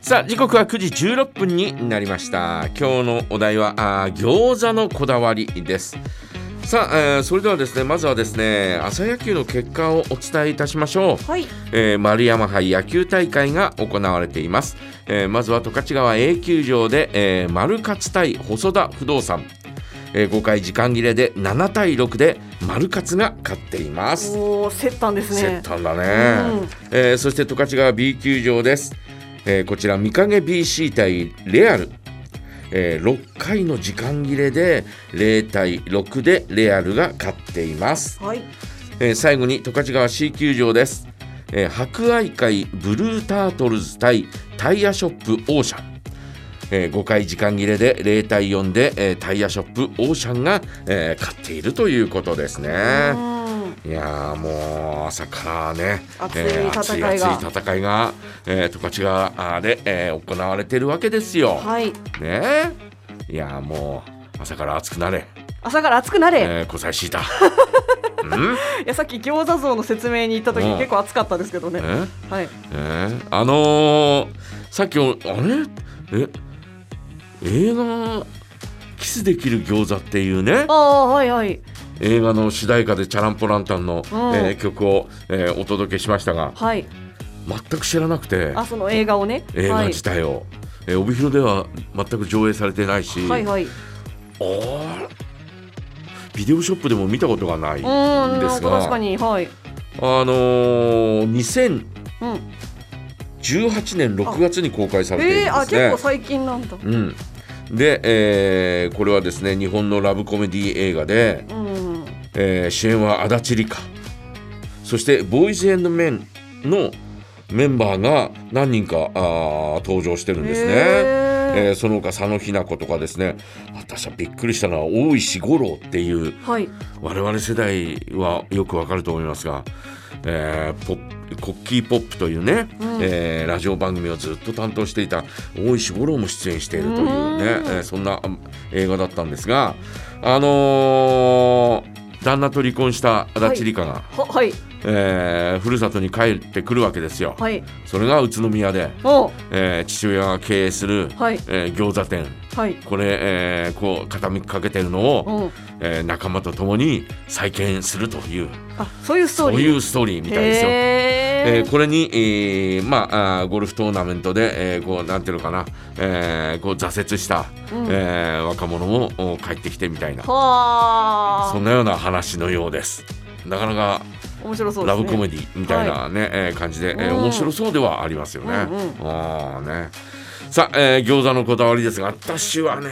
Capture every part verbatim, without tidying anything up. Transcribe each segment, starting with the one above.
さあ時刻はくじじゅうろっぷんになりました。今日のお題はあ餃子のこだわりです。さあ、えー、それではですねまずはですね朝野球の結果をお伝えいたしましょう。 はい、 えー、丸山杯野球大会が行われています。えー、まずは十勝川 A 球場で、えー、丸勝対細田不動産、えー、ごかい時間切れでななたいろくで丸勝が勝っています。 おー、競ったんですね。 競ったんだね、うんえー、そして十勝川 B 球場です。えー、こちら三影 ビーシー 対レアル、えー、ろっかいの時間切れでゼロたいろくでレアルが勝っています、 はいえー、最後に十勝川 C 球場です。えー、博愛会ブルータートルズ対タイヤショップオーシャン、えー、ごかい時間切れでゼロたいよんで、えー、タイヤショップオーシャンが、えー、勝っているということですね。いやもう朝からね熱い戦いが、 えー、熱い熱い戦いが、えー、十勝川で、えー、行われているわけですよ。 はいね、いやもう朝から熱くなれ朝から熱くなれ、 えー、小西シータうん、 いやさっき餃子像の説明に行った時結構熱かったですけどね、 えはいえー、あのー、さっきあれえ映画キスできる餃子っていうねああはいはい映画の主題歌でチャランポランタンの、うんえー、曲を、えー、お届けしましたが、 はい、 全く知らなくてあその映画をね映画自体を、はいえー、帯広では全く上映されてないし、 はいはい、 あビデオショップでも見たことがないんですが確かに、はい、 あのー、にせんじゅうはちねんろくがつに公開されているんですね。 あ、えー、あ結構最近なんだ、 うんで、えー、これはですね日本のラブコメディ映画で、うんえー、主演は足立梨花、そしてボーイズ&メンのメンバーが何人かあ登場してるんですね。えー、その他佐野日奈子とかですね。私はびっくりしたのは大石五郎っていう、はい、我々世代はよくわかると思いますが、えー、ポッコッキーポップというね、うんえー、ラジオ番組をずっと担当していた大石五郎も出演しているというね、えー、そんな映画だったんですが、あのー、旦那と離婚した足立梨花が、はいはいえー、ふるさとに帰ってくるわけですよ、はい、それが宇都宮で、えー、父親が経営する、はいえー、餃子店、はい、これ、えー、こう傾きかけてるのを、えー、仲間と共に再建するというあそういうストーリーそういうストーリーみたいですよ。えー、これに、えーまあ、あゴルフトーナメントで、えー、こうなんていうのかな、えー、こう挫折した、うんえー、若者も帰ってきてみたいなそんなような話のようです。なかなか面白そうですね、 ラブコメディみたいな、ねはいえー、感じで、えー、面白そうではありますよね。うんうん、あねさあ、えー、餃子のこだわりですが私はね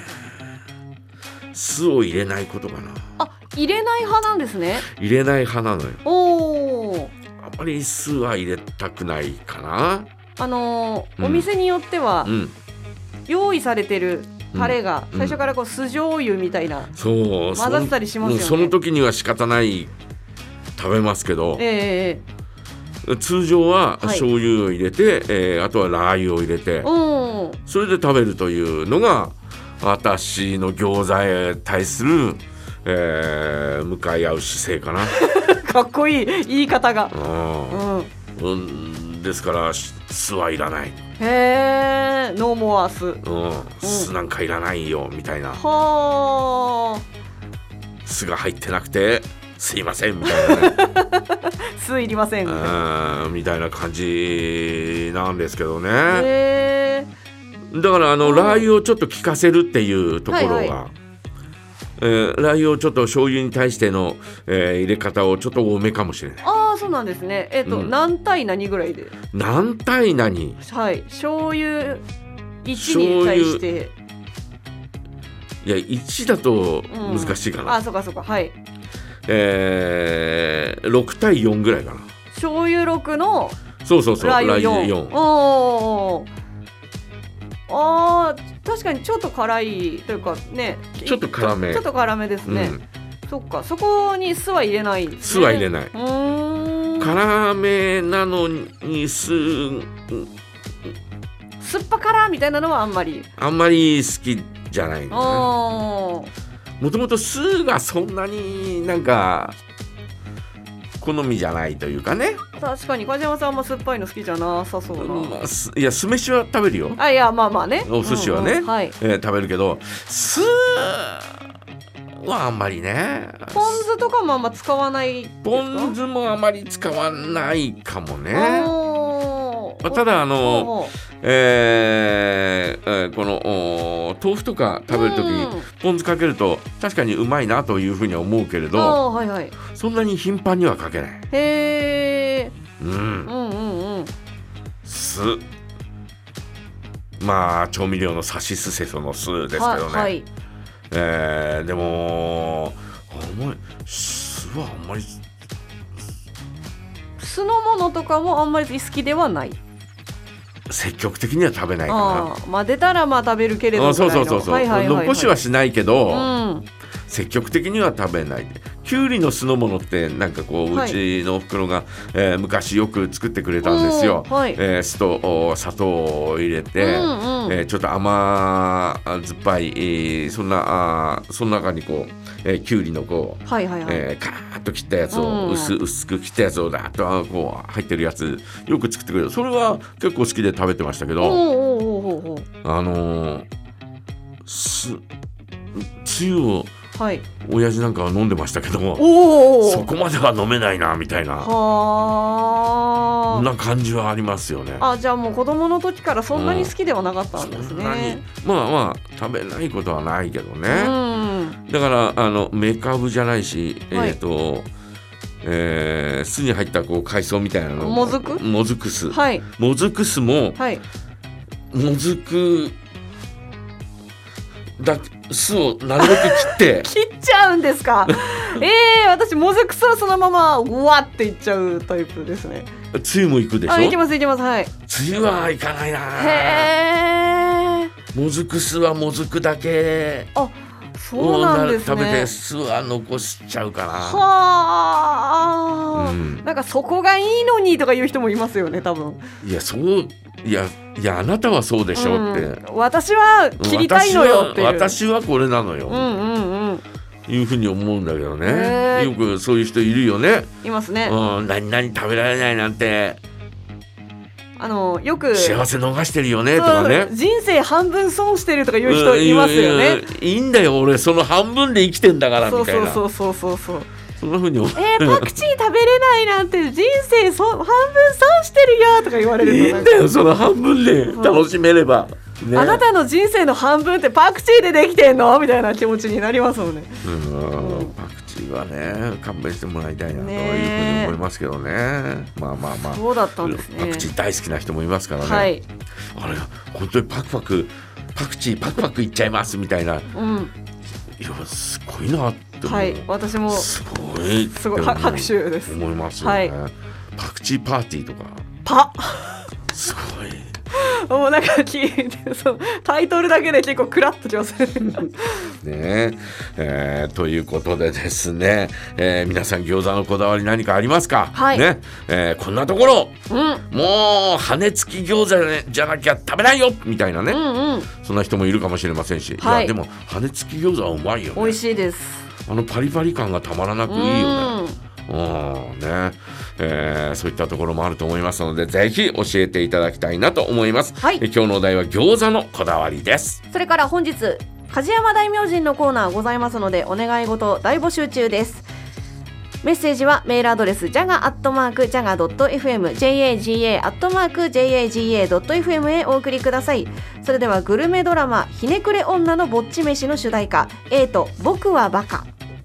酢を入れないことかな。 あ入れない派なんですね。 入れない派なのよ。 おあんまり酢は入れたくないかな。 あのーうん、お店によっては、うん、用意されてるタレが最初からこう酢醤油みたいな、うん、そう混ざったりしますよね。 その時には仕方ない食べますけど、えー、通常は醤油を入れて、はいえー、あとはラー油を入れて、うん、それで食べるというのが私の餃子へ対する、えー、向かい合う姿勢かなかっこいい言い方が、 うんうん、ですから酢はいらない。 へーノーモア酢、うん、 酢なんかいらないよみたいな、 は酢が入ってなくてすいませんみたいなね酢いりませんみたいなみたいな感じなんですけどね。 へーだからあのラー油をちょっと効かせるっていうところが、はいはいえー、ラー油をちょっと醤油に対しての、えー、入れ方をちょっと多めかもしれない。 ああそうなんですね。えっ、ー、と、うん、何対何ぐらいで何対何はい醤油いちに対していやいちだと難しいかな、 うん、あそうかそうかはいえー、ろく対よんぐらいかな。 醤油ろくのそうそうそうラー油 よん, よんおあ確かにちょっと辛いというかねちょっと辛めちょっと辛めですね、うん、そっかそこに酢は入れないですね。 酢は入れない。うーん辛めなのに酢酸っぱ辛みたいなのはあんまりあんまり好きじゃないんだね。もともと酢がそんなになんか好みじゃないというかね。 確かに梶山さんあんま酸っぱいの好きじゃなさそうな、 まあ、すいや酢飯は食べるよ。 あいやまあまあね、 お寿司はね、 うんうん、はい、 えー、食べるけど酢はあんまりね。 ポン酢とかもあんま使わないですか？ ポン酢もあまり使わないかもね。まあ、ただあの、えーえー、この豆腐とか食べるときにポン酢かけると確かにうまいなというふうには思うけれど、 はいはい、 そんなに頻繁にはかけない。 へー、 うん、 うんうんうん。 酢、まあ調味料のさしすせその酢ですけどね、はいはい、えー、でもあんまり酢はあんまり酢のものとかもあんまり好きではない。 積極的には食べないかな。 あ、まあ、出たらまあ食べるけれども、 そうそうそうそう、はいはいはいはい、残しはしないけど、 うん、 積極的には食べない。きゅうりの酢の物ってなんかこう、はい、うちのおふくろが、えー、昔よく作ってくれたんですよ、はい、えー、酢と砂糖を入れて、うんうん、えー、ちょっと甘酸っぱい、えー、そんなあその中にこう、えー、きゅうりのこう、はいはいはい、えー、カーッと切ったやつを、うん、薄, 薄く切ったやつをだーっとこう入ってるやつよく作ってくれる。それは結構好きで食べてましたけど、おーおーおーおー、あのー、酢つゆをはい、親父なんかは飲んでましたけども、そこまでは飲めないなみたいなはな感じはありますよね。 あ、じゃあもう子供の時からそんなに好きではなかったんですね、うん、そんなにまあまあ食べないことはないけどね、うん、だからあのメカブじゃないし、はい、えっ、ー、とえー、酢に入ったこう海藻みたいなのもずくもずく酢、 はい、 もずく酢も、はい、もずくだ酢をなるべく切って切っちゃうんですかえー、私もずく酢はそのままうわっていっちゃうタイプですね。 つゆもいくでしょ。 あ、いきますいきます、はい。 つゆはいかないな。 へー、 もずく酢はもずくだけ、 あ、そうなんですね。 食べて酢は残しちゃうかな。はあ、うん、なんかそこがいいのにとか言う人もいますよね、多分。 いや、そういやいやあなたはそうでしょって、うん、 私は切りたいのよっていう、 私は、私はこれなのよ、うんうんうん、いうふうに思うんだけどね。よくそういう人いるよね。 いますね、 うん、何々食べられないなんてあのよく幸せ逃してるよねとかね、 人生半分損してるとか言う人いますよね、 うん、いいんだよ俺その半分で生きてんだからみたいな。 そうそうそうそうそう、 そんな風に思う。 えー、パクチー食べれないなんて人生そ半分損してるよとか言われるの。 いいんだよその半分で楽しめれば、 ね、あなたの人生の半分ってパクチーでできてんのみたいな気持ちになりますもんね。うん、 うん、パクチーはね勘弁してもらいたいなというふうに思いますけどね。まあまあまあそうだったんですね。 パクチー大好きな人もいますからね、 はい、 あれ本当にパクパクパクチーパクパクいっちゃいますみたいな、うん、いやすごいなってはい、私もすごいすごい拍手です。 思いますよね、はい、パクチーパーティーとかパすごいもうなんか聞いてそのタイトルだけで結構クラッときますねねえー、ということでですね、えー、皆さん餃子のこだわり何かありますか、はい、ねえー、こんなところ、うん、もう羽根付き餃子じゃなきゃ食べないよみたいなね、うんうん、そんな人もいるかもしれませんし、はい、いやでも羽根付き餃子はうまいよね。 美味しいです。 あのパリパリ感がたまらなくいいよね。うんねえー、そういったところもあると思いますのでぜひ教えていただきたいなと思います、はい、え今日のお題は餃子のこだわりです。 それから本日梶山大明神のコーナーございますのでお願い事大募集中です。メッセージはメールアドレス ジャガ アットマーク ジャガ ドット エフエム ジェイエージーエー アットマーク ジェイエージーエー ドット エフエム へお送りください。それではグルメドラマひねくれ女のぼっち飯の主題歌エイト僕はバカ。